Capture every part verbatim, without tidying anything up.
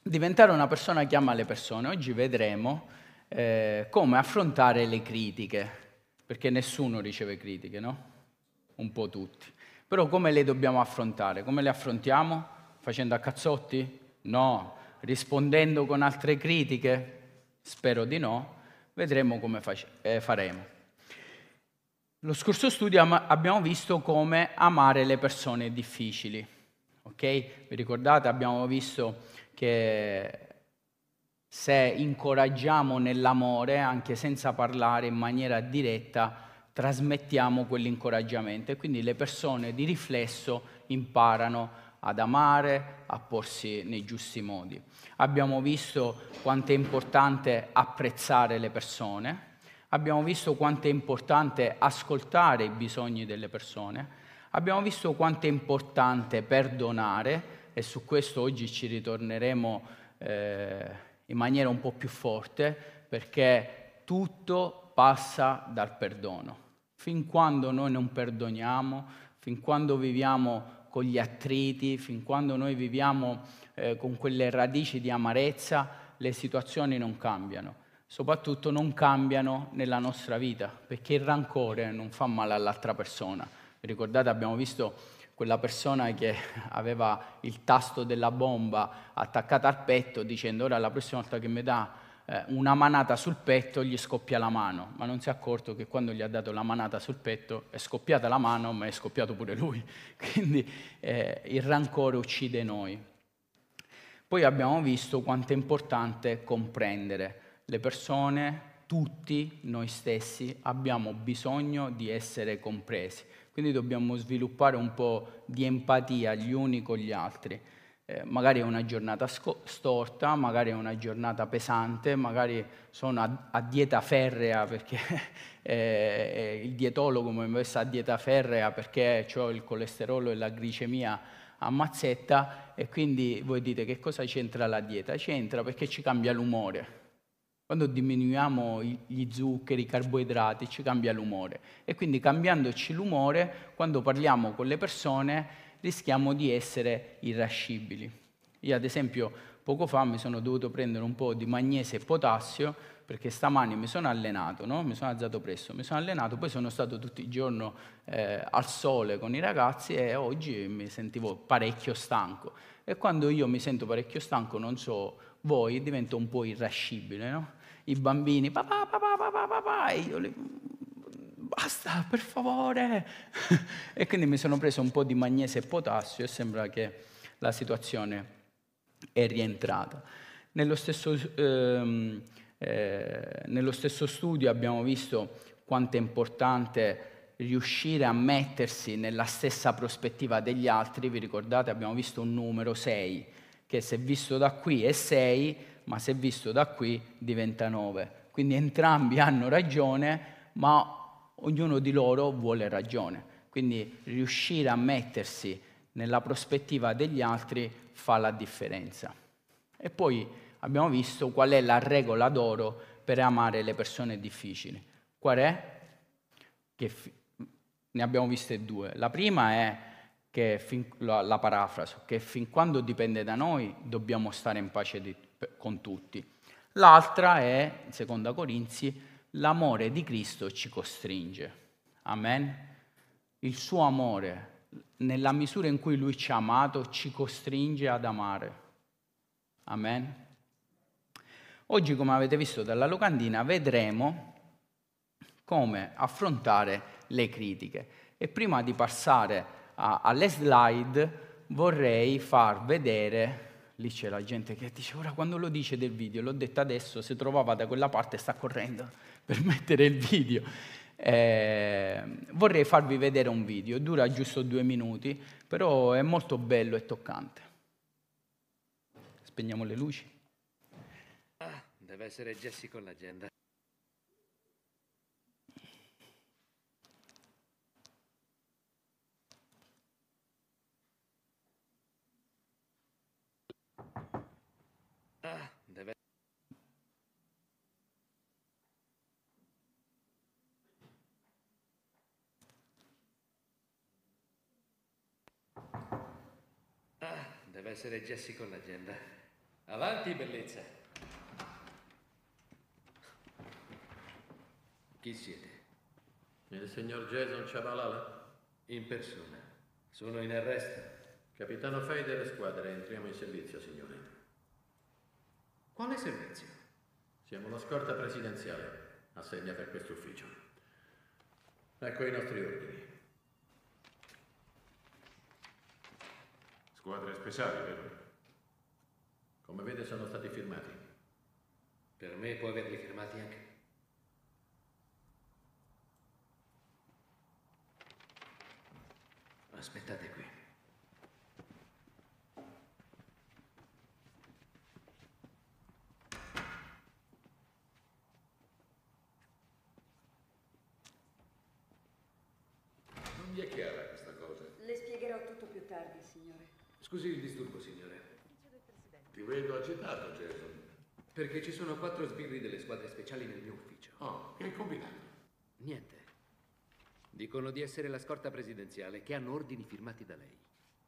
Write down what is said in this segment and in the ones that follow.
diventare una persona che ama le persone. Oggi vedremo eh, come affrontare le critiche, perché nessuno riceve critiche, no? Un po' tutti. Però come le dobbiamo affrontare? Come le affrontiamo? Facendo a cazzotti? No. Rispondendo con altre critiche? Spero di no. Vedremo come face- eh, faremo. Lo scorso studio am- abbiamo visto come amare le persone difficili. Ok? Vi ricordate? Abbiamo visto che se incoraggiamo nell'amore, anche senza parlare in maniera diretta, trasmettiamo quell'incoraggiamento e quindi le persone di riflesso imparano ad amare, a porsi nei giusti modi. Abbiamo visto quanto è importante apprezzare le persone, abbiamo visto quanto è importante ascoltare i bisogni delle persone, abbiamo visto quanto è importante perdonare e su questo oggi ci ritorneremo eh, in maniera un po' più forte, perché tutto passa dal perdono. Fin quando noi non perdoniamo, fin quando viviamo con gli attriti, fin quando noi viviamo eh, con quelle radici di amarezza, le situazioni non cambiano. Soprattutto non cambiano nella nostra vita, perché il rancore non fa male all'altra persona. Vi ricordate, abbiamo visto quella persona che aveva il tasto della bomba attaccata al petto dicendo ora la prossima volta che mi dà eh, una manata sul petto gli scoppia la mano, ma non si è accorto che quando gli ha dato la manata sul petto è scoppiata la mano ma è scoppiato pure lui, quindi eh, il rancore uccide noi. Poi abbiamo visto quanto è importante comprendere le persone, tutti noi stessi abbiamo bisogno di essere compresi, quindi dobbiamo sviluppare un po' di empatia gli uni con gli altri. Eh, magari è una giornata sco- storta, magari è una giornata pesante, magari sono a, a dieta ferrea perché eh, il dietologo mi ha messo a dieta ferrea perché ho il colesterolo e la glicemia a mazzetta e quindi voi dite che cosa c'entra la dieta? C'entra perché ci cambia l'umore. Quando diminuiamo gli zuccheri, i carboidrati, ci cambia l'umore. E quindi cambiandoci l'umore, quando parliamo con le persone, rischiamo di essere irascibili. Io ad esempio poco fa mi sono dovuto prendere un po' di magnesio e potassio perché stamani mi sono allenato, no? Mi sono alzato presto, mi sono allenato, poi sono stato tutto il giorno eh, al sole con i ragazzi e oggi mi sentivo parecchio stanco. E quando io mi sento parecchio stanco, non so voi, divento un po' irascibile, no? I bambini, papà, papà, papà, papà, e io li... basta, per favore! E quindi mi sono preso un po' di magnesio e potassio e sembra che la situazione è rientrata. Nello stesso, ehm, eh, nello stesso studio abbiamo visto quanto è importante riuscire a mettersi nella stessa prospettiva degli altri. Vi ricordate, abbiamo visto un numero sei, che se visto da qui è sei, ma se visto da qui diventa nove. Quindi entrambi hanno ragione, ma ognuno di loro vuole ragione. Quindi riuscire a mettersi nella prospettiva degli altri fa la differenza. E poi abbiamo visto qual è la regola d'oro per amare le persone difficili. Qual è? Che fi- ne abbiamo viste due. La prima è che fin, la, la parafraso, che fin quando dipende da noi dobbiamo stare in pace di, con tutti. L'altra è, in seconda Corinzi, l'amore di Cristo ci costringe. Amen? Il suo amore, nella misura in cui Lui ci ha amato, ci costringe ad amare. Amen? Oggi, come avete visto dalla locandina, vedremo come affrontare le critiche. E prima di passare a, alle slide vorrei far vedere, lì c'è la gente che dice ora quando lo dice del video, l'ho detto adesso, si trovava da quella parte e sta correndo per mettere il video. Eh, vorrei farvi vedere un video, dura giusto due minuti, però è molto bello e toccante. Spegniamo le luci. Ah, deve essere Jessie con l'agenda. Ah, deve... Ah, deve essere Jessie con l'agenda. Avanti, bellezza. Chi siete? Il signor Jason Chabalala? In persona. Sono in arresto. Capitano Fader, squadra, entriamo in servizio, signore. Quale servizio? Siamo una scorta presidenziale, assegnata a questo ufficio. Ecco i nostri ordini. Squadre speciali, vero? Come vede sono stati firmati. Per me può averli firmati anche. Aspettate qui. Non mi è chiara questa cosa. Le spiegherò tutto più tardi, signore. Scusi il disturbo, signore. Ti vedo agitato, Jason. Perché ci sono quattro sbirri delle squadre speciali nel mio ufficio. Oh, che hai combinato? Niente. Dicono di essere la scorta presidenziale, che hanno ordini firmati da lei.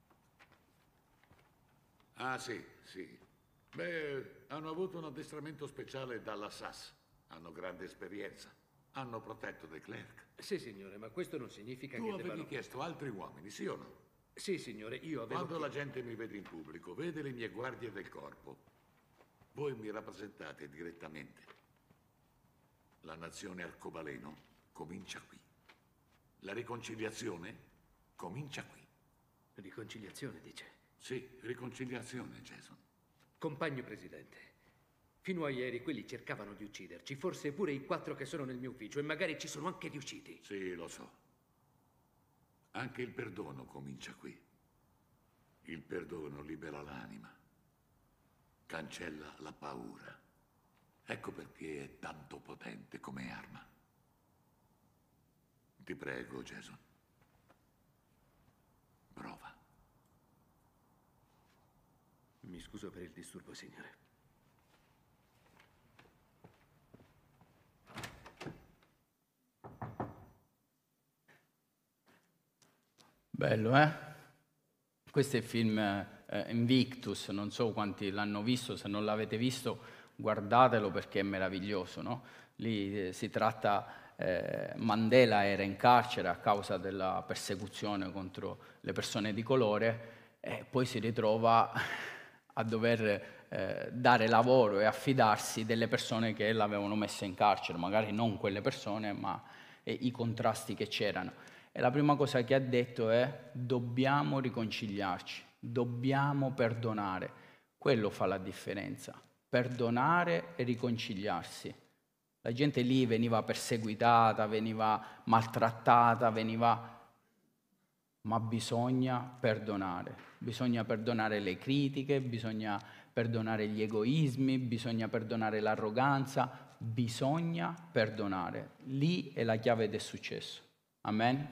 Ah, sì, sì. Beh, hanno avuto un addestramento speciale dalla S A S. Hanno grande esperienza. Hanno protetto De Klerk. Sì, signore, ma questo non significa Tu che avevi debbano... chiesto altri uomini, sì o no? Sì, signore, io avevo... Quando la chiesto- gente mi vede in pubblico, vede le mie guardie del corpo, voi mi rappresentate direttamente. La nazione arcobaleno comincia qui. La riconciliazione comincia qui. Riconciliazione, dice. Sì, riconciliazione, Jason. Compagno presidente, fino a ieri quelli cercavano di ucciderci, forse pure i quattro che sono nel mio ufficio, e magari ci sono anche riusciti. Sì, lo so. Anche il perdono comincia qui. Il perdono libera l'anima. Cancella la paura. Ecco perché è tanto potente come arma. Ti prego, Jason. Prova. Mi scuso per il disturbo, signore. Bello, eh? Questo è il film eh, Invictus, non so quanti l'hanno visto, se non l'avete visto guardatelo perché è meraviglioso, no? Lì eh, si tratta, eh, Mandela era in carcere a causa della persecuzione contro le persone di colore e poi si ritrova a dover eh, dare lavoro e affidarsi delle persone che l'avevano messo in carcere, magari non quelle persone, ma eh, i contrasti che c'erano. E la prima cosa che ha detto è: dobbiamo riconciliarci, dobbiamo perdonare. Quello fa la differenza, perdonare e riconciliarsi. La gente lì veniva perseguitata, veniva maltrattata, veniva... ma bisogna perdonare. Bisogna perdonare le critiche, bisogna perdonare gli egoismi, bisogna perdonare l'arroganza, bisogna perdonare. Lì è la chiave del successo. Amen?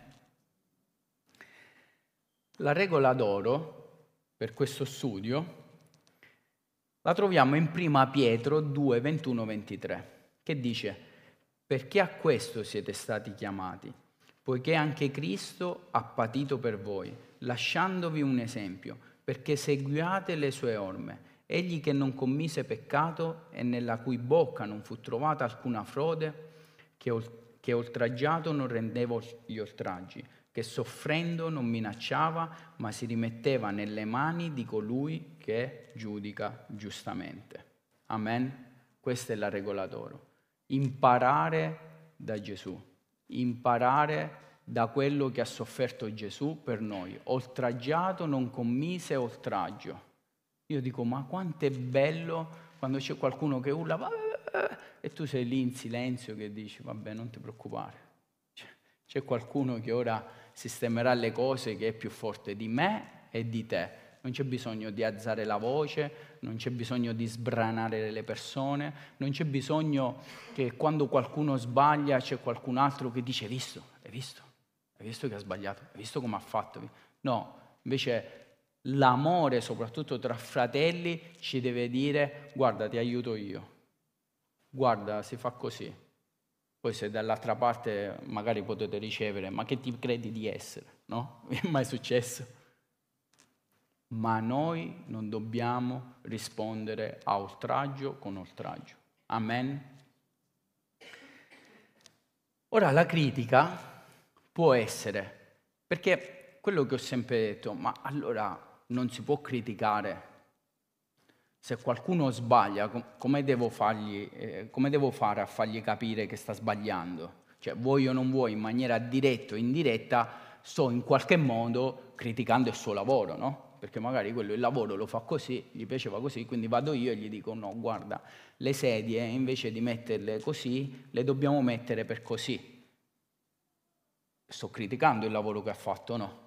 La regola d'oro per questo studio la troviamo in prima Pietro due, ventuno ventitré, che dice: perché a questo siete stati chiamati, poiché anche Cristo ha patito per voi, lasciandovi un esempio, perché seguiate le sue orme. Egli che non commise peccato e nella cui bocca non fu trovata alcuna frode, che, ol- che oltraggiato non rendeva gli oltraggi, che soffrendo non minacciava, ma si rimetteva nelle mani di colui che giudica giustamente. Amen? Questa è la regola d'oro. Imparare da Gesù, imparare da quello che ha sofferto Gesù per noi. Oltraggiato non commise oltraggio. Io dico, ma quanto è bello quando c'è qualcuno che urla e tu sei lì in silenzio che dici, vabbè, non ti preoccupare. C'è qualcuno che ora sistemerà le cose, che è più forte di me e di te. Non c'è bisogno di alzare la voce, non c'è bisogno di sbranare le persone, non c'è bisogno che quando qualcuno sbaglia c'è qualcun altro che dice: hai visto? Hai visto? Hai visto che ha sbagliato? Hai visto come ha fatto? No, invece l'amore, soprattutto tra fratelli, ci deve dire: guarda, ti aiuto io, guarda, si fa così. Poi se dall'altra parte magari potete ricevere: ma che ti credi di essere? No? Mi è mai successo? ma noi non dobbiamo rispondere a oltraggio con oltraggio. Amen? Ora la critica può essere, perché quello che ho sempre detto, ma allora non si può criticare. Se qualcuno sbaglia, come devo fargli, eh, come devo fare a fargli capire che sta sbagliando? Cioè, vuoi o non vuoi, in maniera diretta o indiretta, sto in qualche modo criticando il suo lavoro, no? Perché magari quello il lavoro lo fa così, gli piaceva così, quindi vado io e gli dico no, guarda, le sedie invece di metterle così, le dobbiamo mettere per così. Sto criticando il lavoro che ha fatto, no?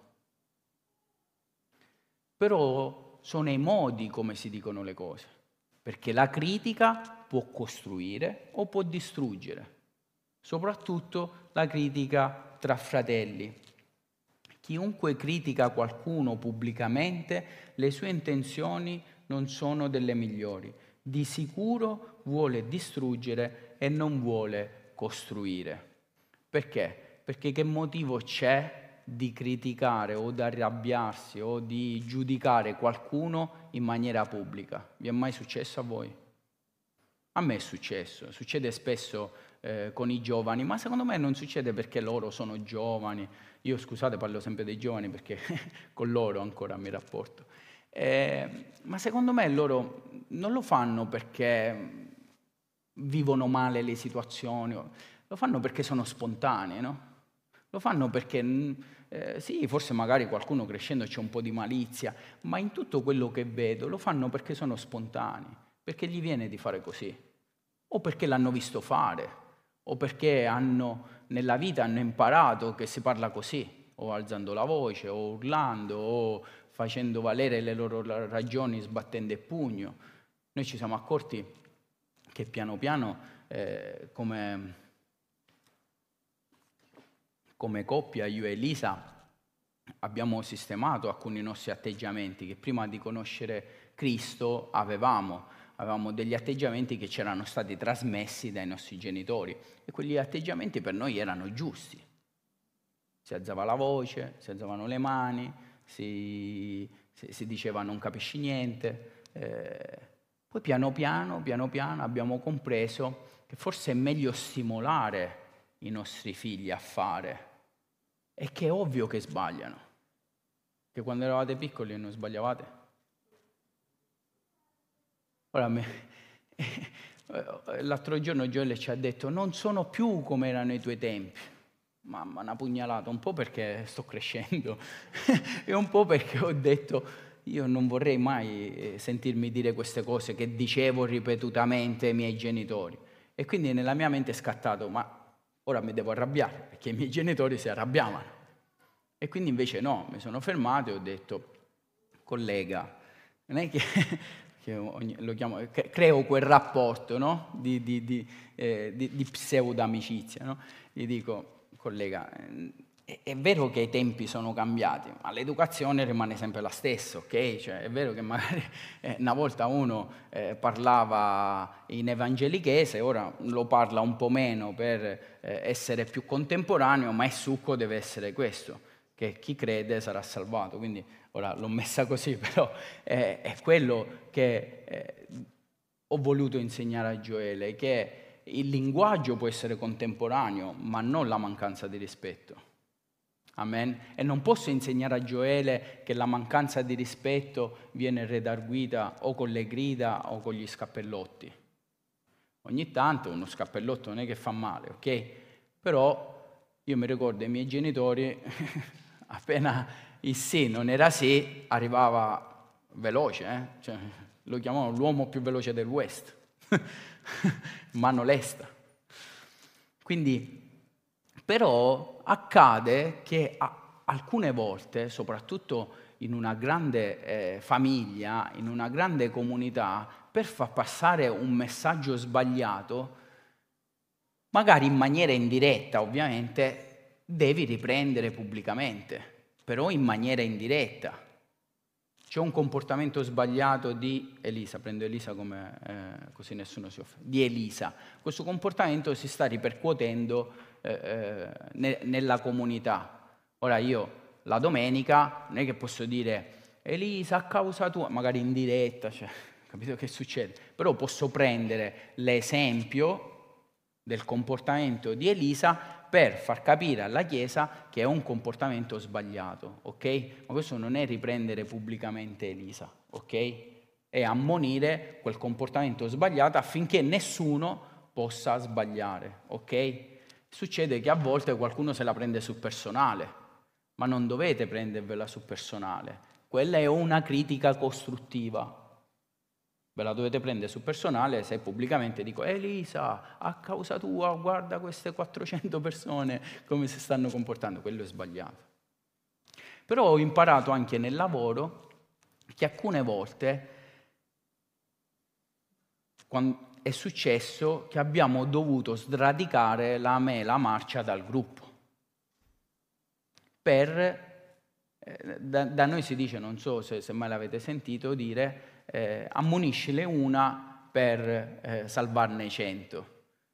Però sono i modi come si dicono le cose, perché la critica può costruire o può distruggere, soprattutto la critica tra fratelli. Chiunque critica qualcuno pubblicamente, le sue intenzioni non sono delle migliori. Di sicuro vuole distruggere e non vuole costruire. Perché? Perché che motivo c'è di criticare o di arrabbiarsi o di giudicare qualcuno in maniera pubblica? Vi è mai successo a voi? A me è successo, succede spesso eh, con i giovani, ma secondo me non succede perché loro sono giovani. Io, scusate, parlo sempre dei giovani perché con loro ancora mi rapporto. Eh, ma secondo me loro non lo fanno perché vivono male le situazioni, lo fanno perché sono spontanei, no? Lo fanno perché, eh, sì, forse magari qualcuno crescendo c'è un po' di malizia, ma in tutto quello che vedo lo fanno perché sono spontanei, perché gli viene di fare così, o perché l'hanno visto fare, o perché hanno, nella vita hanno imparato che si parla così, o alzando la voce, o urlando, o facendo valere le loro ragioni sbattendo il pugno. Noi ci siamo accorti che piano piano, eh, come, come coppia, io e Elisa, abbiamo sistemato alcuni nostri atteggiamenti che prima di conoscere Cristo avevamo. Avevamo degli atteggiamenti che ci erano stati trasmessi dai nostri genitori e quegli atteggiamenti per noi erano giusti. Si alzava la voce, si alzavano le mani, si, si, si diceva non capisci niente. Eh, poi piano piano, piano piano abbiamo compreso che forse è meglio stimolare i nostri figli a fare e che è ovvio che sbagliano. Che quando eravate piccoli non sbagliavate? Ora, l'altro giorno Gioele ci ha detto non sono più come erano i tuoi tempi. Mamma, una pugnalata, un po' perché sto crescendo e un po' perché ho detto io non vorrei mai sentirmi dire queste cose che dicevo ripetutamente ai miei genitori. E quindi nella mia mente è scattato, ma ora mi devo arrabbiare, perché i miei genitori si arrabbiavano. E quindi invece no, mi sono fermato e ho detto, collega, non è che... Lo chiamo, creo quel rapporto, no? di, di, di, eh, di, di pseudo-amicizia. No? Gli dico, collega, è, è vero che i tempi sono cambiati, ma l'educazione rimane sempre la stessa, ok? Cioè, è vero che magari eh, una volta uno eh, parlava in evangelichese, ora lo parla un po' meno per eh, essere più contemporaneo, ma il succo deve essere questo, che chi crede sarà salvato. Quindi ora l'ho messa così, però è, è quello che eh, ho voluto insegnare a Gioele, che il linguaggio può essere contemporaneo, ma non la mancanza di rispetto. Amen? E non posso insegnare a Gioele che la mancanza di rispetto viene redarguita o con le grida o con gli scappellotti. Ogni tanto uno scappellotto non è che fa male, ok? Però io mi ricordo i miei genitori, appena il sì non era sì, arrivava veloce, eh? Cioè, lo chiamavano l'uomo più veloce del West, mano lesta. Quindi, però, accade che a, alcune volte, soprattutto in una grande eh, famiglia, in una grande comunità, per far passare un messaggio sbagliato, magari in maniera indiretta, ovviamente, devi riprendere pubblicamente. Però in maniera indiretta. C'è un comportamento sbagliato di Elisa, prendo Elisa come eh, così nessuno si offende, di Elisa. Questo comportamento si sta ripercuotendo eh, eh, ne, nella comunità. Ora io la domenica non è che posso dire Elisa, a causa tua, magari in diretta, cioè, capito che succede? Però posso prendere l'esempio del comportamento di Elisa per far capire alla Chiesa che è un comportamento sbagliato, ok? Ma questo non è riprendere pubblicamente Elisa, ok? È ammonire quel comportamento sbagliato affinché nessuno possa sbagliare, ok? Succede che a volte qualcuno se la prende sul personale, ma non dovete prendervela sul personale. Quella è una critica costruttiva. Ve la dovete prendere sul personale se pubblicamente dico Elisa, a causa tua, guarda queste quattrocento persone come si stanno comportando. Quello è sbagliato. Però ho imparato anche nel lavoro che alcune volte quando è successo che abbiamo dovuto sradicare la mela marcia dal gruppo. Per, eh, da, da noi si dice, non so se, se mai l'avete sentito dire, eh, ammoniscile una per eh, salvarne cento.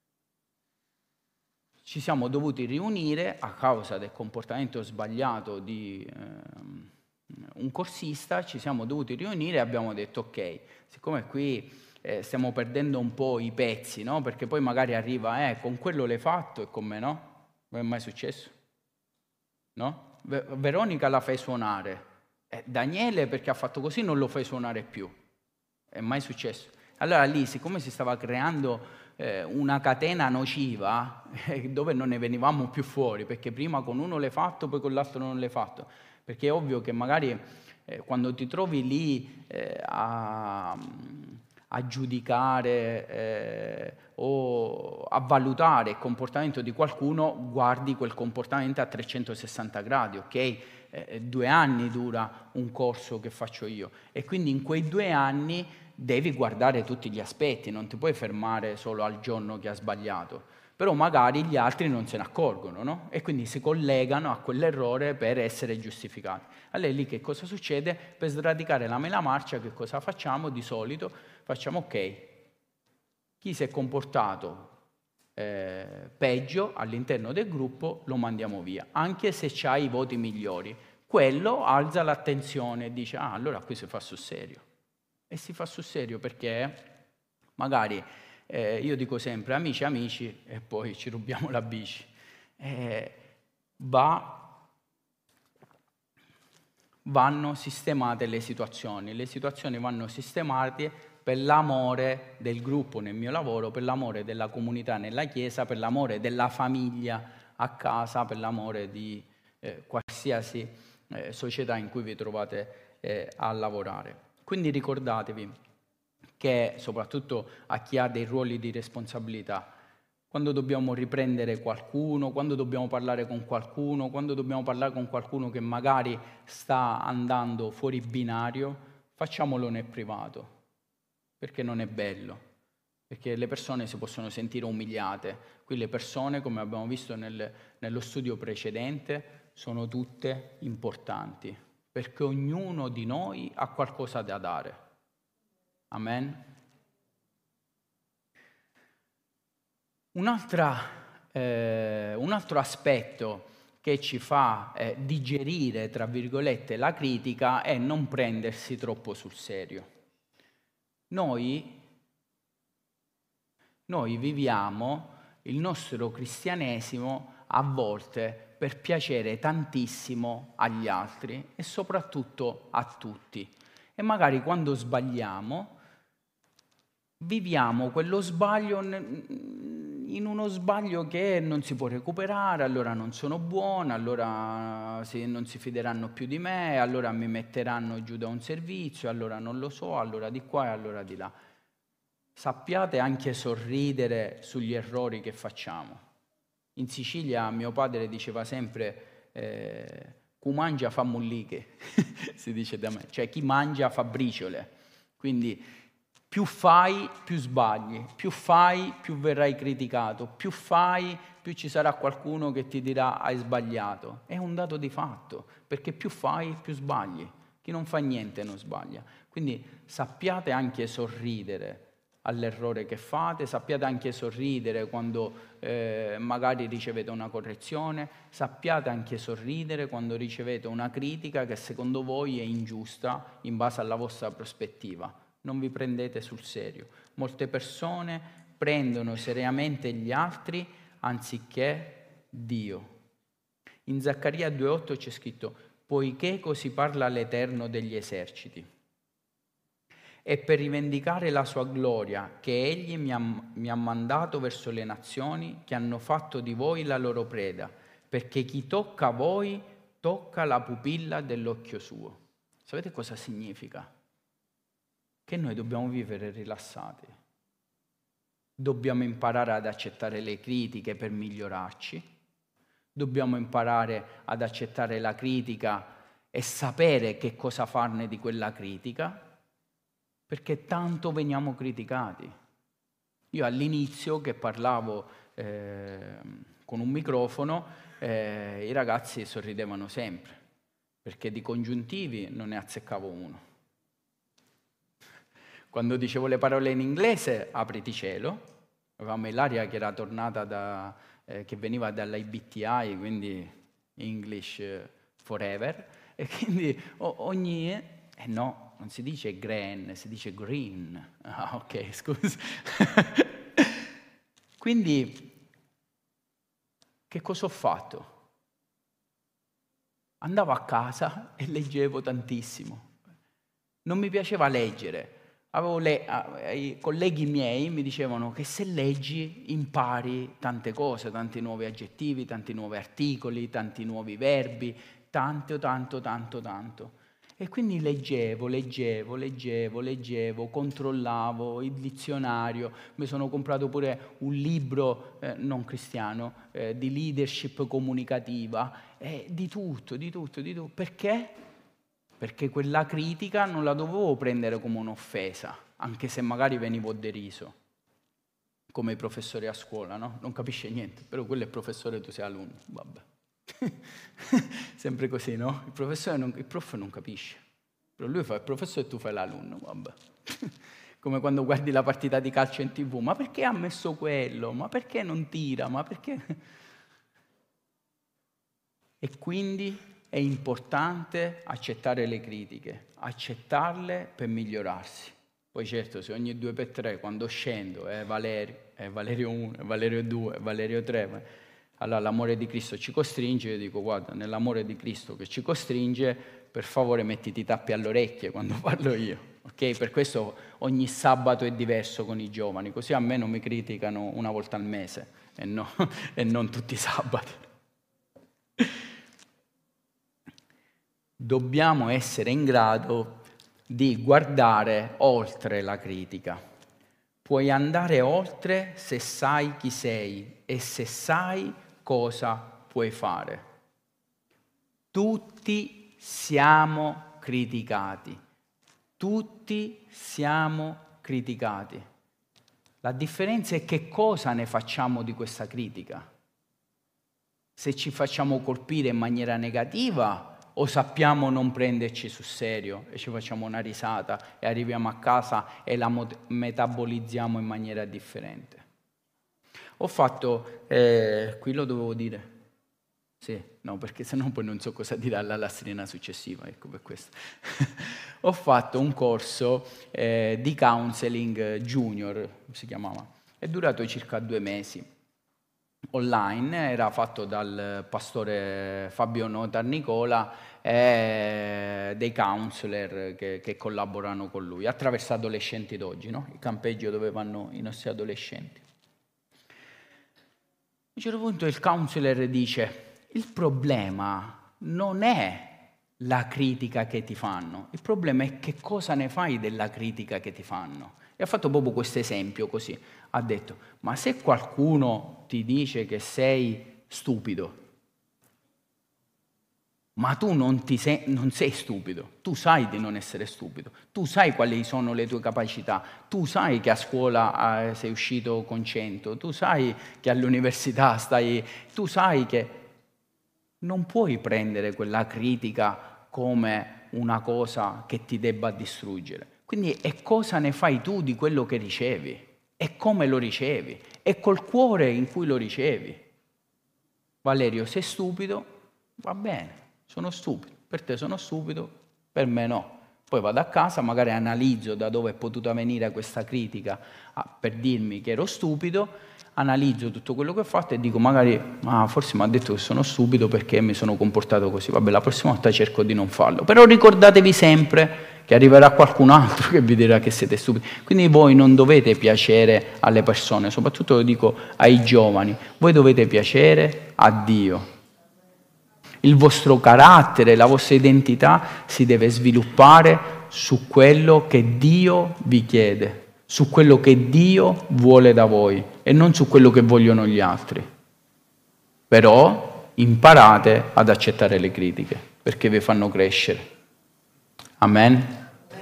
Ci siamo dovuti riunire a causa del comportamento sbagliato di eh, un corsista, ci siamo dovuti riunire e abbiamo detto ok, siccome qui Eh, stiamo perdendo un po' i pezzi, no? Perché poi magari arriva, eh, con quello l'hai fatto e con me no? Non è mai successo? No? Ver- Veronica la fai suonare, eh, Daniele perché ha fatto così non lo fai suonare più. È mai successo? Allora lì, siccome si stava creando eh, una catena nociva, eh, dove non ne venivamo più fuori, perché prima con uno l'hai fatto, poi con l'altro non l'hai fatto. Perché è ovvio che magari eh, quando ti trovi lì eh, a... a giudicare eh, o a valutare il comportamento di qualcuno, guardi quel comportamento a trecentosessanta gradi, ok? Eh, due anni dura un corso che faccio io e quindi in quei due anni devi guardare tutti gli aspetti, non ti puoi fermare solo al giorno che ha sbagliato. Però magari gli altri non se ne accorgono, no? E quindi si collegano a quell'errore per essere giustificati. Allora lì che cosa succede? Per sradicare la mela marcia che cosa facciamo di solito? Facciamo ok, chi si è comportato eh, peggio all'interno del gruppo lo mandiamo via, anche se c'ha i voti migliori. Quello alza l'attenzione e dice ah allora qui si fa sul serio. E si fa sul serio perché magari... Eh, io dico sempre amici amici e poi ci rubiamo la bici. Eh, va, vanno sistemate le situazioni, le situazioni vanno sistemate per l'amore del gruppo nel mio lavoro, per l'amore della comunità nella chiesa, per l'amore della famiglia a casa, per l'amore di eh, qualsiasi eh, società in cui vi trovate eh, a lavorare. Quindi ricordatevi che soprattutto a chi ha dei ruoli di responsabilità, quando dobbiamo riprendere qualcuno, quando dobbiamo parlare con qualcuno, quando dobbiamo parlare con qualcuno che magari sta andando fuori binario, facciamolo nel privato, perché non è bello, perché le persone si possono sentire umiliate. Qui le persone, come abbiamo visto nel, nello studio precedente, sono tutte importanti, perché ognuno di noi ha qualcosa da dare. Amen. Un'altra, eh, un altro aspetto che ci fa eh, digerire, tra virgolette, la critica è non prendersi troppo sul serio. Noi, noi viviamo il nostro cristianesimo a volte per piacere tantissimo agli altri e soprattutto a tutti. E magari quando sbagliamo, viviamo quello sbaglio in uno sbaglio che non si può recuperare, allora non sono buona, allora non si fideranno più di me, allora mi metteranno giù da un servizio, allora non lo so, allora di qua e allora di là. Sappiate anche sorridere sugli errori che facciamo. In Sicilia mio padre diceva sempre eh, chi mangia fa mulliche, si dice da me, cioè chi mangia fa briciole. Quindi più fai, più sbagli, più fai, più verrai criticato, più fai, più ci sarà qualcuno che ti dirà hai sbagliato. È un dato di fatto, perché più fai, più sbagli. Chi non fa niente non sbaglia. Quindi sappiate anche sorridere all'errore che fate, sappiate anche sorridere quando eh, magari ricevete una correzione, sappiate anche sorridere quando ricevete una critica che secondo voi è ingiusta in base alla vostra prospettiva. Non vi prendete sul serio. Molte persone prendono seriamente gli altri anziché Dio. In Zaccaria due otto c'è scritto: poiché così parla l'Eterno degli eserciti, e per rivendicare la sua gloria che egli mi ha, mi ha mandato verso le nazioni che hanno fatto di voi la loro preda, perché chi tocca a voi tocca la pupilla dell'occhio suo. Sapete cosa significa? Che noi dobbiamo vivere rilassati, dobbiamo imparare ad accettare le critiche per migliorarci, dobbiamo imparare ad accettare la critica e sapere che cosa farne di quella critica, perché tanto veniamo criticati. Io all'inizio che parlavo eh, con un microfono, eh, i ragazzi sorridevano sempre, perché di congiuntivi non ne azzeccavo uno. Quando dicevo le parole in inglese, apriti cielo, avevamo Ilaria che era tornata da, eh, che veniva dall'I B T I, quindi English Forever, e quindi ogni... Eh no, non si dice green, si dice green. Ah, ok, scusa. Quindi, che cosa ho fatto? Andavo a casa e leggevo tantissimo. Non mi piaceva leggere. Avevo le, I colleghi miei mi dicevano che se leggi impari tante cose, tanti nuovi aggettivi, tanti nuovi articoli, tanti nuovi verbi, tanto, tanto, tanto, tanto. E quindi leggevo, leggevo, leggevo, leggevo, controllavo il dizionario, mi sono comprato pure un libro eh, non cristiano eh, di leadership comunicativa, eh, di tutto, di tutto, di tutto. Perché? Perché quella critica non la dovevo prendere come un'offesa, anche se magari venivo deriso, come i professori a scuola, no? Non capisce niente, però quello è professore, tu sei alunno, vabbè. Sempre così, no? Il professore non, il prof non capisce, però lui fa il professore e tu fai l'alunno, vabbè. Come quando guardi la partita di calcio in tivù, ma perché ha messo quello? Ma perché non tira? Ma perché? E quindi è importante accettare le critiche, accettarle per migliorarsi. Poi certo, se ogni due per tre, quando scendo, è Valerio, è Valerio uno, è Valerio due, è Valerio tre, allora l'amore di Cristo ci costringe, io dico guarda, nell'amore di Cristo che ci costringe, per favore mettiti i tappi alle orecchie quando parlo io, ok? Per questo ogni sabato è diverso con i giovani, così a me non mi criticano una volta al mese e, no, e non tutti i sabati. Dobbiamo essere in grado di guardare oltre la critica. Puoi andare oltre se sai chi sei e se sai cosa puoi fare. Tutti siamo criticati. Tutti siamo criticati. La differenza è che cosa ne facciamo di questa critica. Se ci facciamo colpire in maniera negativa o sappiamo non prenderci sul serio e ci facciamo una risata e arriviamo a casa e la metabolizziamo in maniera differente. Ho fatto, eh, qui lo dovevo dire, sì, no, perché sennò poi non so cosa dire alla lastrina successiva, ecco per questo. Ho fatto un corso eh, di counseling junior, si chiamava, è durato circa due mesi. Online, era fatto dal pastore Fabio Notarnicola e dei counselor che, che collaborano con lui, attraverso adolescenti d'oggi, no? Il campeggio dove vanno i nostri adolescenti. A un certo punto il counselor dice: il problema non è la critica che ti fanno, il problema è che cosa ne fai della critica che ti fanno. E ha fatto proprio questo esempio così. Ha detto: ma se qualcuno ti dice che sei stupido, ma tu non, ti sei, non sei stupido, tu sai di non essere stupido, tu sai quali sono le tue capacità, tu sai che a scuola eh, sei uscito con cento, tu sai che all'università stai, tu sai che non puoi prendere quella critica come una cosa che ti debba distruggere. Quindi è cosa ne fai tu di quello che ricevi, e come lo ricevi, e col cuore in cui lo ricevi. Valerio, sei stupido? Va bene, sono stupido. Per te sono stupido, per me no. Poi vado a casa, magari analizzo da dove è potuta venire questa critica per dirmi che ero stupido, analizzo tutto quello che ho fatto e dico magari ah, forse mi ha detto che sono stupido perché mi sono comportato così. Vabbè, la prossima volta cerco di non farlo. Però ricordatevi sempre che arriverà qualcun altro che vi dirà che siete stupidi. Quindi voi non dovete piacere alle persone, soprattutto lo dico ai giovani, voi dovete piacere a Dio. Il vostro carattere, la vostra identità si deve sviluppare su quello che Dio vi chiede, su quello che Dio vuole da voi e non su quello che vogliono gli altri. Però imparate ad accettare le critiche perché vi fanno crescere. Amen.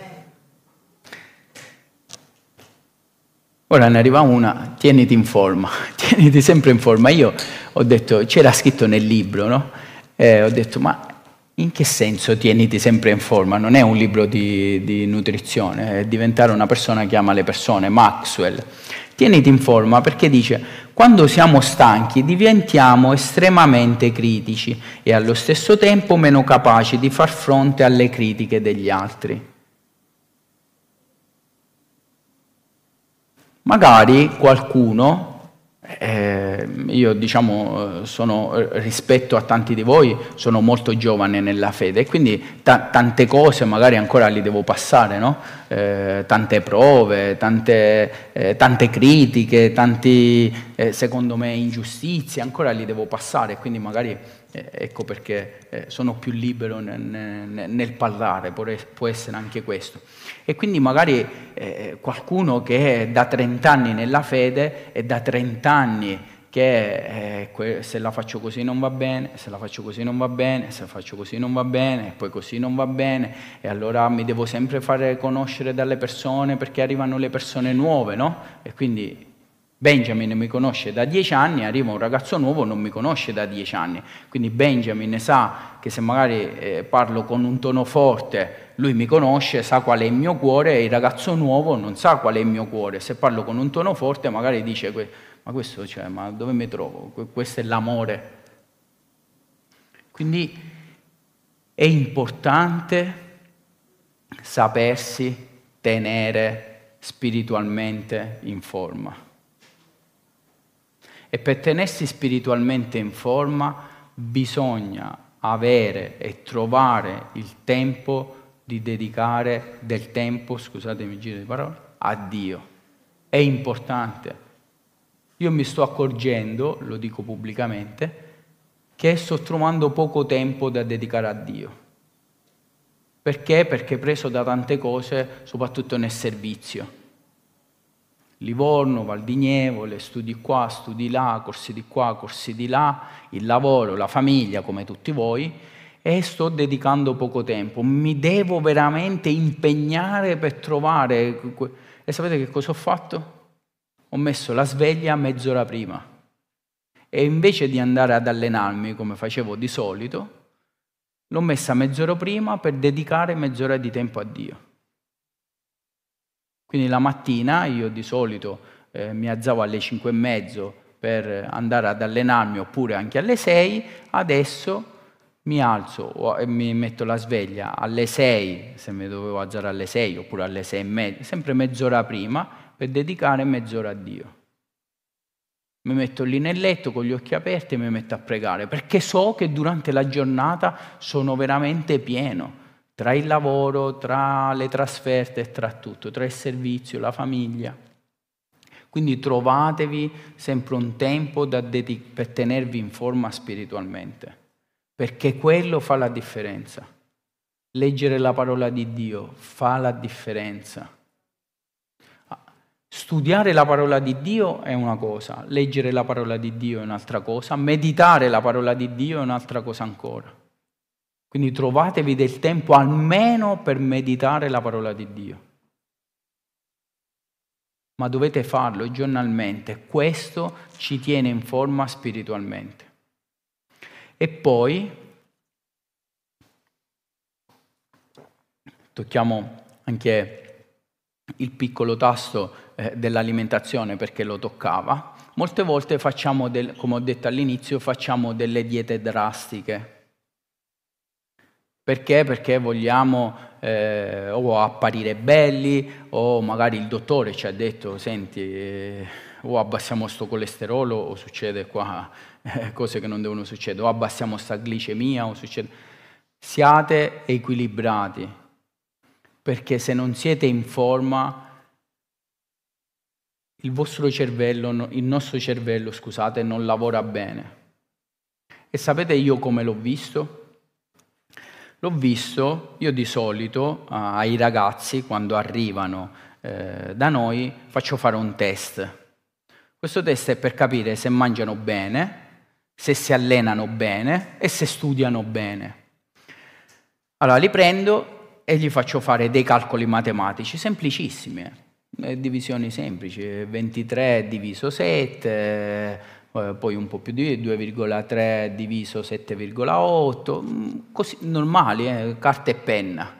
Ora ne arriva una, tieniti in forma, tieniti sempre in forma. Io ho detto, c'era scritto nel libro, no? Eh, ho detto, ma in che senso tieniti sempre in forma? Non è un libro di, di nutrizione, è diventare una persona che ama le persone, Maxwell. Tieniti in forma perché dice, quando siamo stanchi diventiamo estremamente critici e allo stesso tempo meno capaci di far fronte alle critiche degli altri. Magari qualcuno, eh, io diciamo sono, rispetto a tanti di voi, sono molto giovane nella fede e quindi ta- tante cose magari ancora li devo passare, no? Eh, tante prove, tante, eh, tante critiche, tanti, eh, secondo me, ingiustizie, ancora li devo passare, quindi magari eh, ecco perché eh, sono più libero nel, nel, nel parlare, può, può essere anche questo. E quindi magari eh, qualcuno che è da trent'anni nella fede e da trent'anni che eh, se la faccio così non va bene, se la faccio così non va bene, se la faccio così non va bene, e poi così non va bene, e allora mi devo sempre fare conoscere dalle persone perché arrivano le persone nuove, no? E quindi Benjamin mi conosce da dieci anni, arriva un ragazzo nuovo, non mi conosce da dieci anni, quindi Benjamin sa che se magari eh, parlo con un tono forte, lui mi conosce, sa qual è il mio cuore, e il ragazzo nuovo non sa qual è il mio cuore. Se parlo con un tono forte magari dice, ma questo, cioè, ma dove mi trovo? Questo è l'amore. Quindi è importante sapersi tenere spiritualmente in forma. E per tenersi spiritualmente in forma bisogna avere e trovare il tempo di dedicare del tempo, scusatemi il giro di parole, a Dio. È importante. Io mi sto accorgendo, lo dico pubblicamente, che sto trovando poco tempo da dedicare a Dio. Perché? Perché preso da tante cose, soprattutto nel servizio. Livorno, Val di Nievole, studi qua, studi là, corsi di qua, corsi di là, il lavoro, la famiglia, come tutti voi, e sto dedicando poco tempo. Mi devo veramente impegnare per trovare... E sapete che cosa ho fatto? Ho messo la sveglia mezz'ora prima. E invece di andare ad allenarmi, come facevo di solito, l'ho messa mezz'ora prima per dedicare mezz'ora di tempo a Dio. Quindi la mattina io di solito eh, mi alzavo alle cinque e mezzo per andare ad allenarmi oppure anche alle sei, adesso mi alzo e mi metto la sveglia alle sei, se mi dovevo alzare alle sei oppure alle sei e mezza, sempre mezz'ora prima per dedicare mezz'ora a Dio. Mi metto lì nel letto con gli occhi aperti e mi metto a pregare perché so che durante la giornata sono veramente pieno. Tra il lavoro, tra le trasferte, tra tutto, tra il servizio, la famiglia. Quindi trovatevi sempre un tempo da dedic- per tenervi in forma spiritualmente, perché quello fa la differenza. Leggere la parola di Dio fa la differenza. Studiare la parola di Dio è una cosa, leggere la parola di Dio è un'altra cosa, meditare la parola di Dio è un'altra cosa ancora. Quindi trovatevi del tempo almeno per meditare la parola di Dio. Ma dovete farlo giornalmente, questo ci tiene in forma spiritualmente. E poi tocchiamo anche il piccolo tasto eh, dell'alimentazione perché lo toccava. Molte volte facciamo, del, come ho detto all'inizio, facciamo delle diete drastiche. Perché? Perché vogliamo eh, o apparire belli, o magari il dottore ci ha detto, senti, eh, o abbassiamo sto colesterolo, o succede qua eh, cose che non devono succedere, o abbassiamo sta glicemia, o succede... Siate equilibrati, perché se non siete in forma, il vostro cervello, il nostro cervello, scusate, non lavora bene. E sapete io come l'ho visto? L'ho visto, io di solito ai ragazzi quando arrivano eh, da noi faccio fare un test. Questo test è per capire se mangiano bene, se si allenano bene e se studiano bene. Allora li prendo e gli faccio fare dei calcoli matematici semplicissimi, eh. divisioni semplici, ventitré diviso sette, poi un po' più di due virgola tre diviso sette virgola otto, così normali, eh, carta e penna.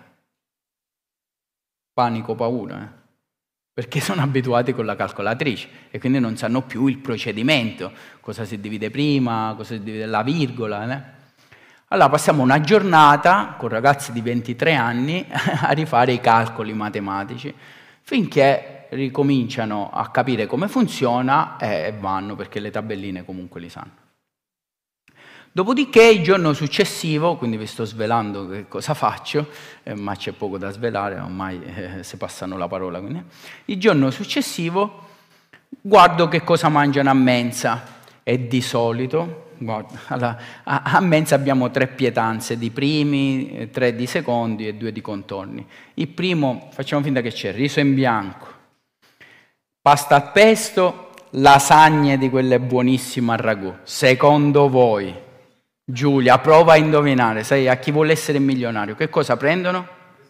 Panico, paura, eh? Perché sono abituati con la calcolatrice e quindi non sanno più il procedimento, cosa si divide prima, cosa si divide la virgola. Eh? Allora passiamo una giornata con ragazzi di ventitré anni a rifare i calcoli matematici, finché ricominciano a capire come funziona e vanno, perché le tabelline comunque li sanno. Dopodiché il giorno successivo, quindi vi sto svelando che cosa faccio, eh, ma c'è poco da svelare, ormai eh, si passano la parola. Quindi. Il giorno successivo guardo che cosa mangiano a mensa e di solito, guarda, allora, a, a mensa abbiamo tre pietanze di primi, tre di secondi e due di contorni. Il primo, facciamo finta che c'è riso in bianco, pasta al pesto, lasagne di quelle buonissime al ragù. Secondo voi, Giulia, prova a indovinare, sai, a chi vuole essere milionario, che cosa prendono?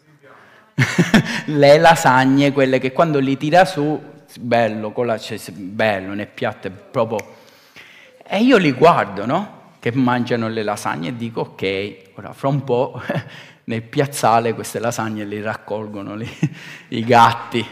Le lasagne, quelle che quando li tira su, bello, con la, cioè, bello, nel piatto è proprio... E io li guardo, no? Che mangiano le lasagne e dico, ok, ora fra un po' nel piazzale queste lasagne le raccolgono li, i gatti.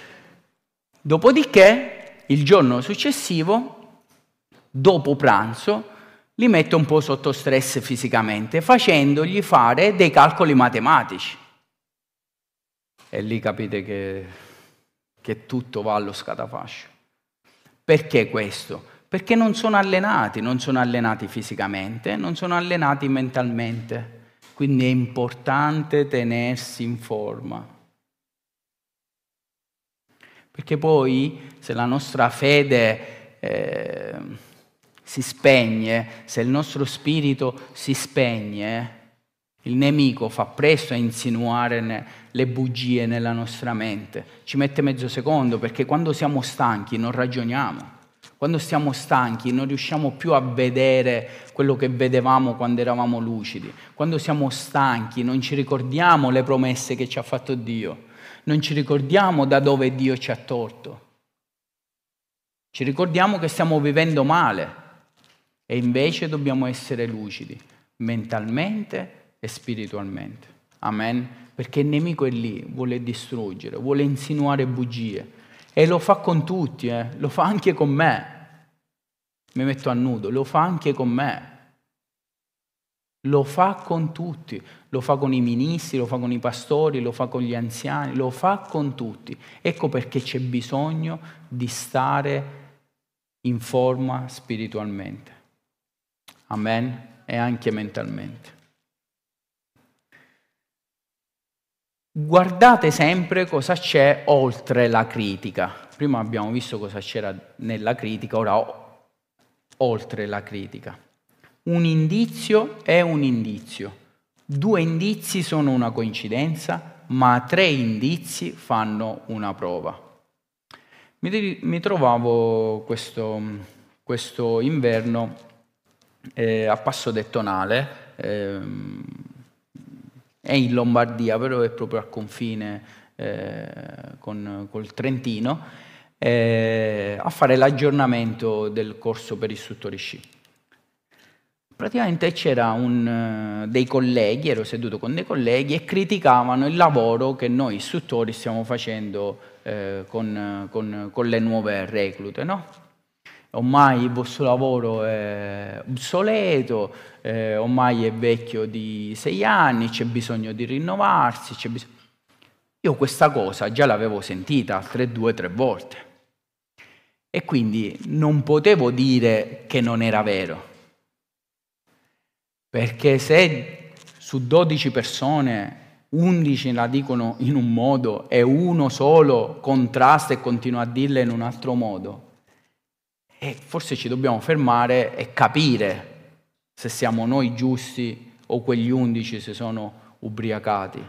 Dopodiché, il giorno successivo, dopo pranzo, li metto un po' sotto stress fisicamente, facendogli fare dei calcoli matematici. E lì capite che, che tutto va allo scatafascio. Perché questo? Perché non sono allenati, non sono allenati fisicamente, non sono allenati mentalmente. Quindi è importante tenersi in forma. Perché poi se la nostra fede eh, si spegne, se il nostro spirito si spegne, il nemico fa presto a insinuare le bugie nella nostra mente. Ci mette mezzo secondo, perché quando siamo stanchi non ragioniamo. Quando stiamo stanchi non riusciamo più a vedere quello che vedevamo quando eravamo lucidi. Quando siamo stanchi non ci ricordiamo le promesse che ci ha fatto Dio. Non ci ricordiamo da dove Dio ci ha tolto. Ci ricordiamo che stiamo vivendo male e invece dobbiamo essere lucidi, mentalmente e spiritualmente. Amen? Perché il nemico è lì, vuole distruggere, vuole insinuare bugie. E lo fa con tutti, eh? Lo fa anche con me. Mi metto a nudo, lo fa anche con me. Lo fa con tutti, lo fa con i ministri, lo fa con i pastori, lo fa con gli anziani, lo fa con tutti. Ecco perché c'è bisogno di stare in forma spiritualmente. Amen? E anche mentalmente. Guardate sempre cosa c'è oltre la critica. Prima abbiamo visto cosa c'era nella critica, ora oltre la critica. Un indizio è un indizio. Due indizi sono una coincidenza, ma tre indizi fanno una prova. Mi, mi trovavo questo, questo inverno eh, a Passo del Tonale, eh, è in Lombardia, però è proprio al confine eh, con col Trentino, eh, a fare l'aggiornamento del corso per istruttori sci. Praticamente c'era un, dei colleghi, ero seduto con dei colleghi e criticavano il lavoro che noi istruttori stiamo facendo eh, con, con, con le nuove reclute, no? Ormai il vostro lavoro è obsoleto, eh, ormai è vecchio di sei anni, c'è bisogno di rinnovarsi, c'è bisogno... Io questa cosa già l'avevo sentita altre due, tre volte e quindi non potevo dire che non era vero, perché se su dodici persone undici la dicono in un modo e uno solo contrasta e continua a dirla in un altro modo, e forse ci dobbiamo fermare e capire se siamo noi giusti o quegli undici si sono ubriacati.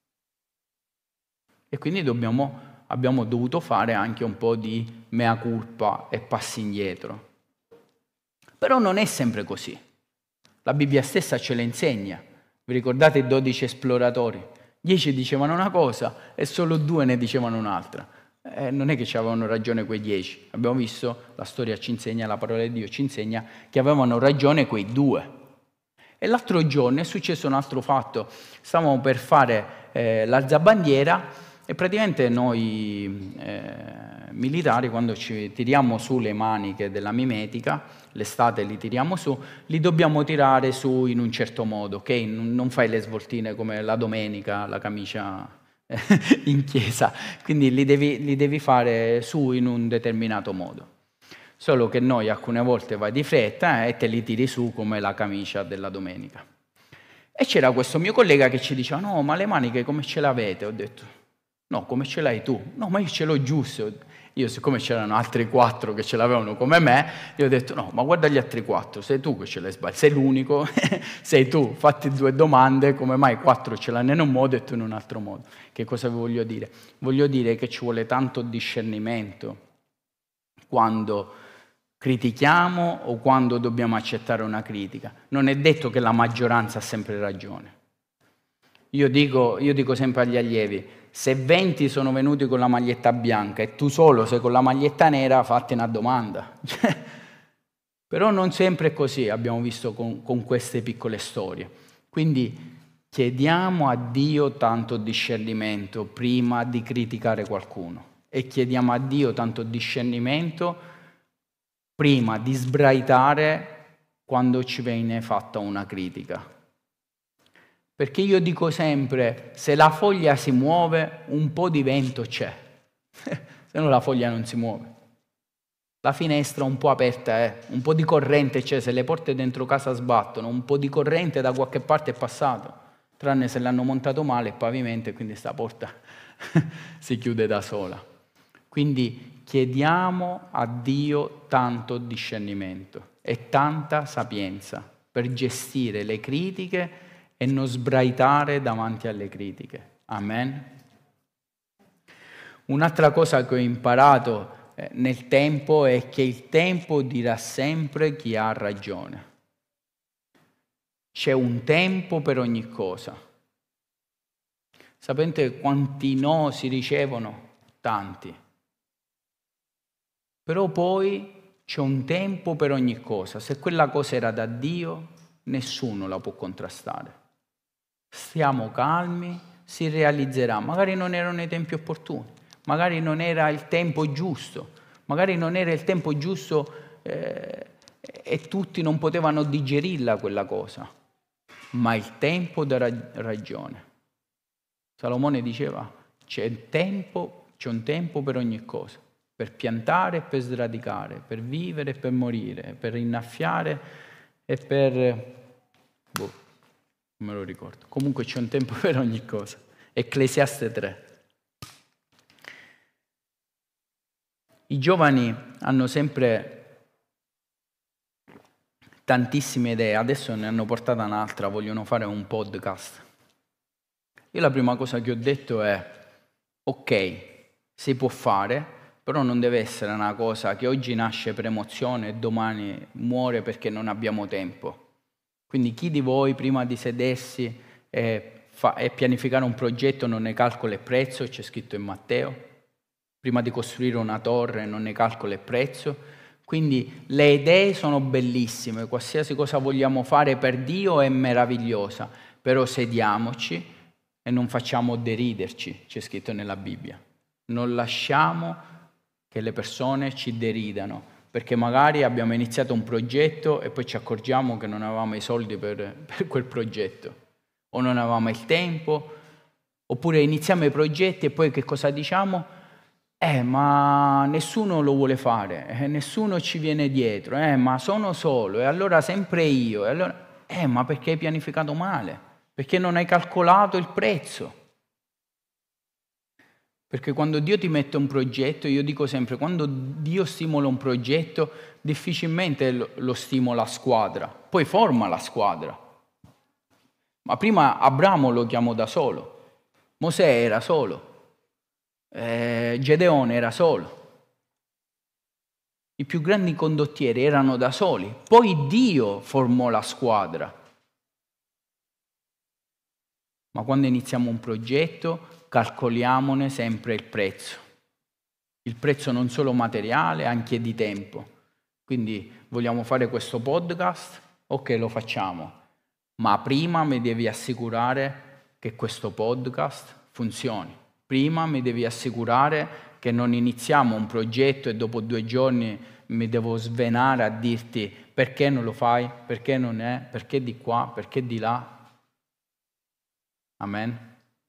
E quindi dobbiamo, abbiamo dovuto fare anche un po' di mea culpa e passi indietro. Però non è sempre così. La Bibbia stessa ce le insegna. Vi ricordate i dodici esploratori? Dieci dicevano una cosa e solo due ne dicevano un'altra. Eh, non è che ci avevano ragione quei dieci. Abbiamo visto, la storia ci insegna, la parola di Dio ci insegna che avevano ragione quei due. E l'altro giorno è successo un altro fatto. Stavamo per fare eh, l'alzabandiera e praticamente noi eh, militari, quando ci tiriamo su le maniche della mimetica, l'estate li tiriamo su, li dobbiamo tirare su in un certo modo, ok? Non fai le svoltine come la domenica, la camicia in chiesa, quindi li devi, li devi fare su in un determinato modo. Solo che noi alcune volte vai di fretta eh, e te li tiri su come la camicia della domenica. E c'era questo mio collega che ci diceva: no, ma le maniche come ce l'avete? Ho detto: no, come ce l'hai tu? No, ma io ce l'ho giusto. Io, siccome c'erano altri quattro che ce l'avevano come me, io ho detto: no, ma guarda gli altri quattro, sei tu che ce l'hai sbagliato, sei l'unico, sei tu, fatti due domande, come mai quattro ce l'hanno in un modo e tu in un altro modo. Che cosa vi voglio dire? Voglio dire che ci vuole tanto discernimento quando critichiamo o quando dobbiamo accettare una critica. Non è detto che la maggioranza ha sempre ragione. Io dico, io dico sempre agli allievi: se venti sono venuti con la maglietta bianca e tu solo sei con la maglietta nera, fatti una domanda. Però non sempre è così, abbiamo visto con, con queste piccole storie. Quindi chiediamo a Dio tanto discernimento prima di criticare qualcuno e chiediamo a Dio tanto discernimento prima di sbraitare quando ci viene fatta una critica. Perché io dico sempre, se la foglia si muove, un po' di vento c'è, se no la foglia non si muove. La finestra un po' aperta è, un po' di corrente c'è, se le porte dentro casa sbattono, un po' di corrente da qualche parte è passato, tranne se l'hanno montato male il pavimento e quindi sta porta si chiude da sola. Quindi chiediamo a Dio tanto discernimento e tanta sapienza per gestire le critiche e non sbraitare davanti alle critiche. Amen. Un'altra cosa che ho imparato eh, nel tempo è che il tempo dirà sempre chi ha ragione. C'è un tempo per ogni cosa. Sapete quanti no si ricevono? Tanti. Però poi c'è un tempo per ogni cosa. Se quella cosa era da Dio, nessuno la può contrastare. Stiamo calmi, si realizzerà. Magari non erano i tempi opportuni, magari non era il tempo giusto, magari non era il tempo giusto eh, e tutti non potevano digerirla quella cosa, ma il tempo dà ragione. Salomone diceva: c'è tempo, c'è un tempo per ogni cosa, per piantare e per sradicare, per vivere e per morire, per innaffiare e per... Boh. Non me lo ricordo. Comunque c'è un tempo per ogni cosa. Ecclesiaste tre. I giovani hanno sempre tantissime idee, adesso ne hanno portata un'altra, vogliono fare un podcast. Io la prima cosa che ho detto è: ok, si può fare, però non deve essere una cosa che oggi nasce per emozione e domani muore perché non abbiamo tempo. Quindi chi di voi prima di sedersi e, fa, e pianificare un progetto non ne calcola il prezzo, c'è scritto in Matteo, prima di costruire una torre non ne calcola il prezzo. Quindi le idee sono bellissime, qualsiasi cosa vogliamo fare per Dio è meravigliosa, però sediamoci e non facciamo deriderci, c'è scritto nella Bibbia. Non lasciamo che le persone ci deridano, perché magari abbiamo iniziato un progetto e poi ci accorgiamo che non avevamo i soldi per, per quel progetto, o non avevamo il tempo, oppure iniziamo i progetti e poi che cosa diciamo? Eh, ma nessuno lo vuole fare, eh, nessuno ci viene dietro, eh, ma sono solo, e allora sempre io, e allora... Eh, ma perché hai pianificato male? Perché non hai calcolato il prezzo? Perché quando Dio ti mette un progetto, io dico sempre, quando Dio stimola un progetto, difficilmente lo, lo stimola a squadra, poi forma la squadra. Ma prima Abramo lo chiamò da solo, Mosè era solo, eh, Gedeone era solo. I più grandi condottieri erano da soli, poi Dio formò la squadra. Ma quando iniziamo un progetto, calcoliamone sempre il prezzo. Il prezzo non solo materiale, anche di tempo. Quindi vogliamo fare questo podcast? Ok, lo facciamo. Ma prima mi devi assicurare che questo podcast funzioni. Prima mi devi assicurare che non iniziamo un progetto e dopo due giorni mi devo svenare a dirti perché non lo fai, perché non è, perché di qua, perché di là. Amen.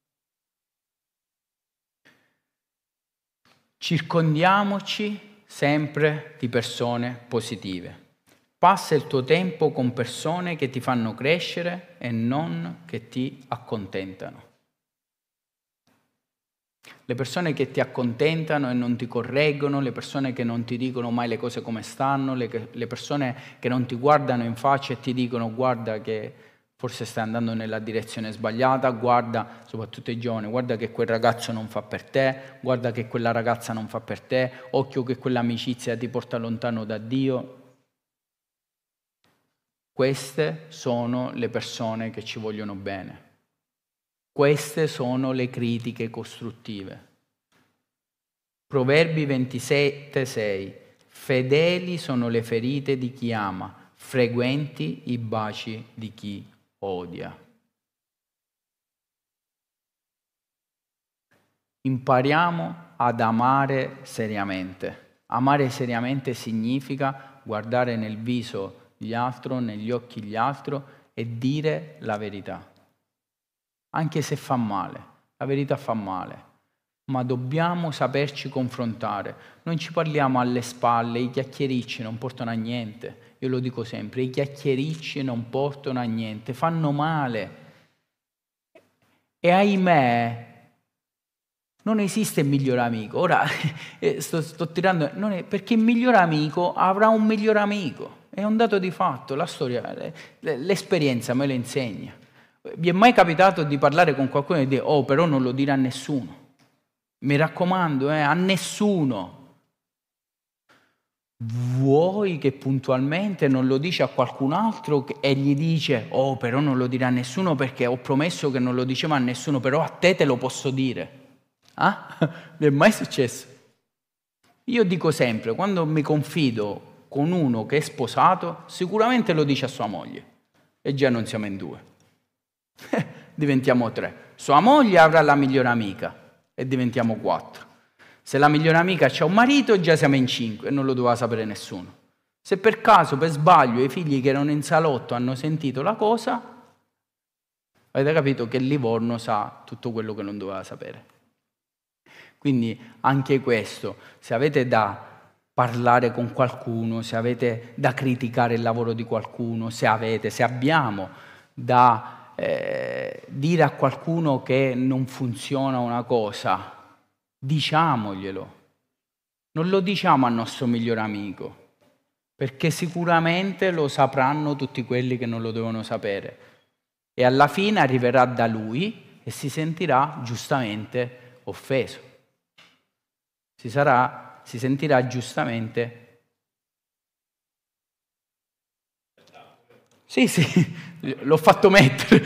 Circondiamoci sempre di persone positive. Passa il tuo tempo con persone che ti fanno crescere e non che ti accontentano. Le persone che ti accontentano e non ti correggono, le persone che non ti dicono mai le cose come stanno, le, le persone che non ti guardano in faccia e ti dicono guarda che forse stai andando nella direzione sbagliata, guarda, soprattutto i giovani, guarda che quel ragazzo non fa per te, guarda che quella ragazza non fa per te, occhio che quell'amicizia ti porta lontano da Dio. Queste sono le persone che ci vogliono bene. Queste sono le critiche costruttive. Proverbi ventisette sei. Fedeli sono le ferite di chi ama, frequenti i baci di chi odia. Impariamo ad amare seriamente. Amare seriamente significa guardare nel viso gli altri, negli occhi gli altri e dire la verità. Anche se fa male, la verità fa male, ma dobbiamo saperci confrontare. Non ci parliamo alle spalle, i chiacchiericci non portano a niente. Io lo dico sempre, i chiacchiericci non portano a niente, fanno male. E ahimè, non esiste il miglior amico. Ora, sto, sto tirando, non è, perché il miglior amico avrà un miglior amico. È un dato di fatto, la storia, l'esperienza me lo insegna. Vi è mai capitato di parlare con qualcuno e dire, oh, però non lo dire a nessuno? Mi raccomando, eh, a nessuno. Vuoi che puntualmente non lo dici a qualcun altro e gli dice, oh, però non lo dire a nessuno perché ho promesso che non lo dicevo a nessuno, però a te te lo posso dire. Ah? Mi è mai successo? Io dico sempre, quando mi confido con uno che è sposato, sicuramente lo dice a sua moglie. E già non siamo in due. Diventiamo tre. Sua moglie avrà la migliore amica e diventiamo quattro. Se la migliore amica c'ha un marito, già siamo in cinque e non lo doveva sapere nessuno. Se per caso, per sbaglio, i figli che erano in salotto hanno sentito la cosa, avete capito che Livorno sa tutto quello che non doveva sapere. Quindi anche questo, se avete da parlare con qualcuno, se avete da criticare il lavoro di qualcuno, se avete, se abbiamo da eh, dire a qualcuno che non funziona una cosa, diciamoglielo. Non lo diciamo al nostro miglior amico, perché sicuramente lo sapranno tutti quelli che non lo devono sapere. E alla fine arriverà da lui e si sentirà giustamente offeso. Si, sarà, si sentirà giustamente... Sì, sì, l'ho fatto mettere.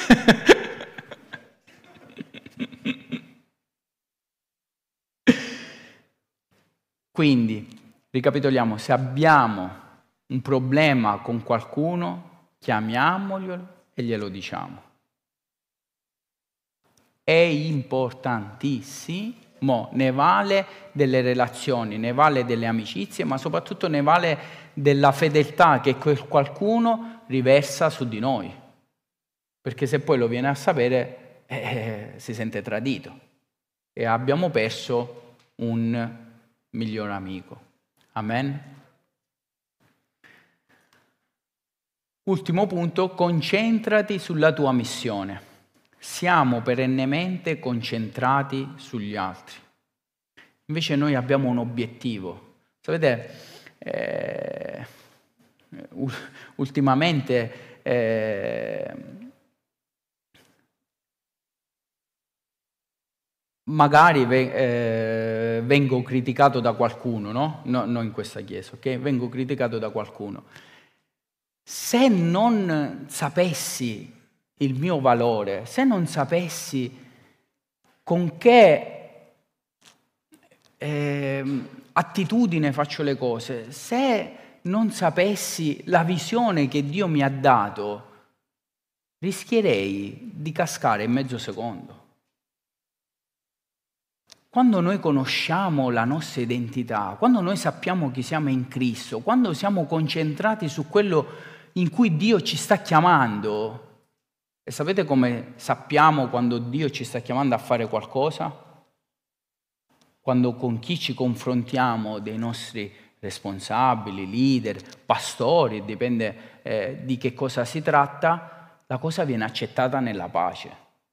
Quindi, ricapitoliamo, se abbiamo un problema con qualcuno, chiamiamolo e glielo diciamo. È importantissimo Mo ne vale delle relazioni, ne vale delle amicizie, ma soprattutto ne vale della fedeltà che quel qualcuno riversa su di noi. Perché se poi lo viene a sapere, eh, si sente tradito. E abbiamo perso un miglior amico. Amen. Ultimo punto, concentrati sulla tua missione. Siamo perennemente concentrati sugli altri. Invece noi abbiamo un obiettivo. Sapete, eh, ultimamente eh, magari eh, vengo criticato da qualcuno, no? No, non in questa chiesa, ok? Vengo criticato da qualcuno. Se non sapessi il mio valore, se non sapessi con che eh, attitudine faccio le cose, se non sapessi la visione che Dio mi ha dato, rischierei di cascare in mezzo secondo. Quando noi conosciamo la nostra identità, quando noi sappiamo chi siamo in Cristo, quando siamo concentrati su quello in cui Dio ci sta chiamando, e sapete come sappiamo quando Dio ci sta chiamando a fare qualcosa? Quando con chi ci confrontiamo, dei nostri responsabili, leader, pastori, dipende eh, di che cosa si tratta, la cosa viene accettata nella pace.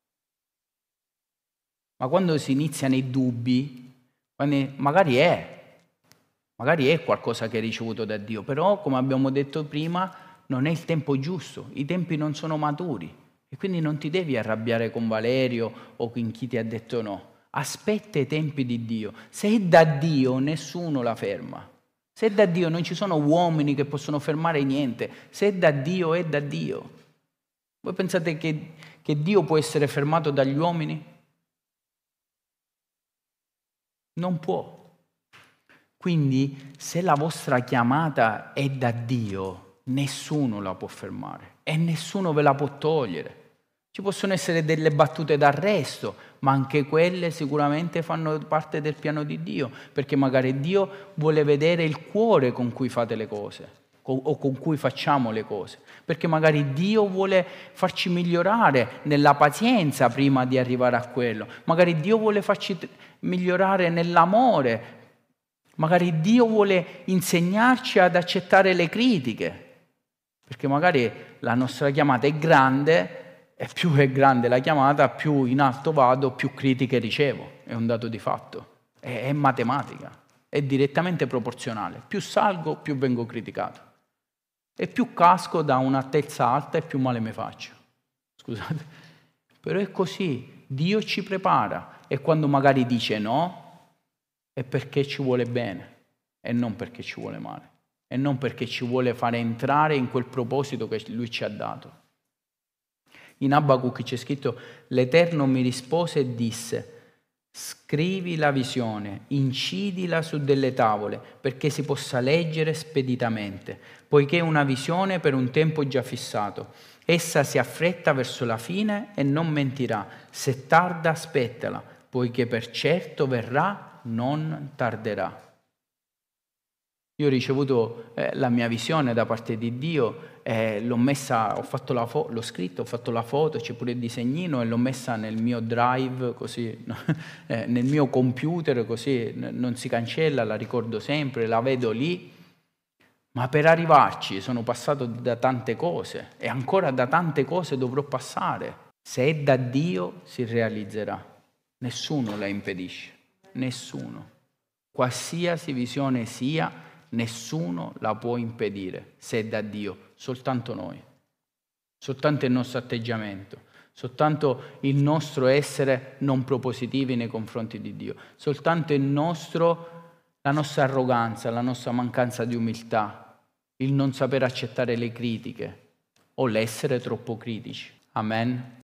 Ma quando si iniziano i dubbi, quando magari è, magari è qualcosa che hai ricevuto da Dio, però come abbiamo detto prima non è il tempo giusto, i tempi non sono maturi. E quindi non ti devi arrabbiare con Valerio o con chi ti ha detto no. Aspetta i tempi di Dio. Se è da Dio, nessuno la ferma. Se è da Dio, non ci sono uomini che possono fermare niente. Se è da Dio, è da Dio. Voi pensate che, che Dio può essere fermato dagli uomini? Non può. Quindi, se la vostra chiamata è da Dio, nessuno la può fermare. E nessuno ve la può togliere. Ci possono essere delle battute d'arresto, ma anche quelle sicuramente fanno parte del piano di Dio, perché magari Dio vuole vedere il cuore con cui fate le cose, o con cui facciamo le cose, perché magari Dio vuole farci migliorare nella pazienza prima di arrivare a quello, magari Dio vuole farci migliorare nell'amore, magari Dio vuole insegnarci ad accettare le critiche, perché magari la nostra chiamata è grande e più è grande la chiamata, più in alto vado, più critiche ricevo. È un dato di fatto, è, è matematica, è direttamente proporzionale. Più salgo, più vengo criticato. E più casco da un'altezza alta e più male mi faccio. Scusate. Però è così, Dio ci prepara e quando magari dice no è perché ci vuole bene e non perché ci vuole male. E non perché ci vuole fare entrare in quel proposito che Lui ci ha dato. In Abacuc c'è scritto: l'Eterno mi rispose e disse: scrivi la visione, incidila su delle tavole, perché si possa leggere speditamente, poiché è una visione per un tempo già fissato. Essa si affretta verso la fine e non mentirà. Se tarda, aspettala, poiché per certo verrà, non tarderà. Io ho ricevuto eh, la mia visione da parte di Dio, eh, l'ho messa, ho fatto la fo- l'ho scritto, ho fatto la foto, c'è pure il disegnino e l'ho messa nel mio drive, così, no? eh, nel mio computer, così n- non si cancella, la ricordo sempre, la vedo lì. Ma per arrivarci sono passato da tante cose e ancora da tante cose dovrò passare. Se è da Dio si realizzerà, nessuno la impedisce, nessuno. Qualsiasi visione sia, nessuno la può impedire, se è da Dio, soltanto noi, soltanto il nostro atteggiamento, soltanto il nostro essere non propositivi nei confronti di Dio, soltanto il nostro, la nostra arroganza, la nostra mancanza di umiltà, il non saper accettare le critiche o l'essere troppo critici. Amen.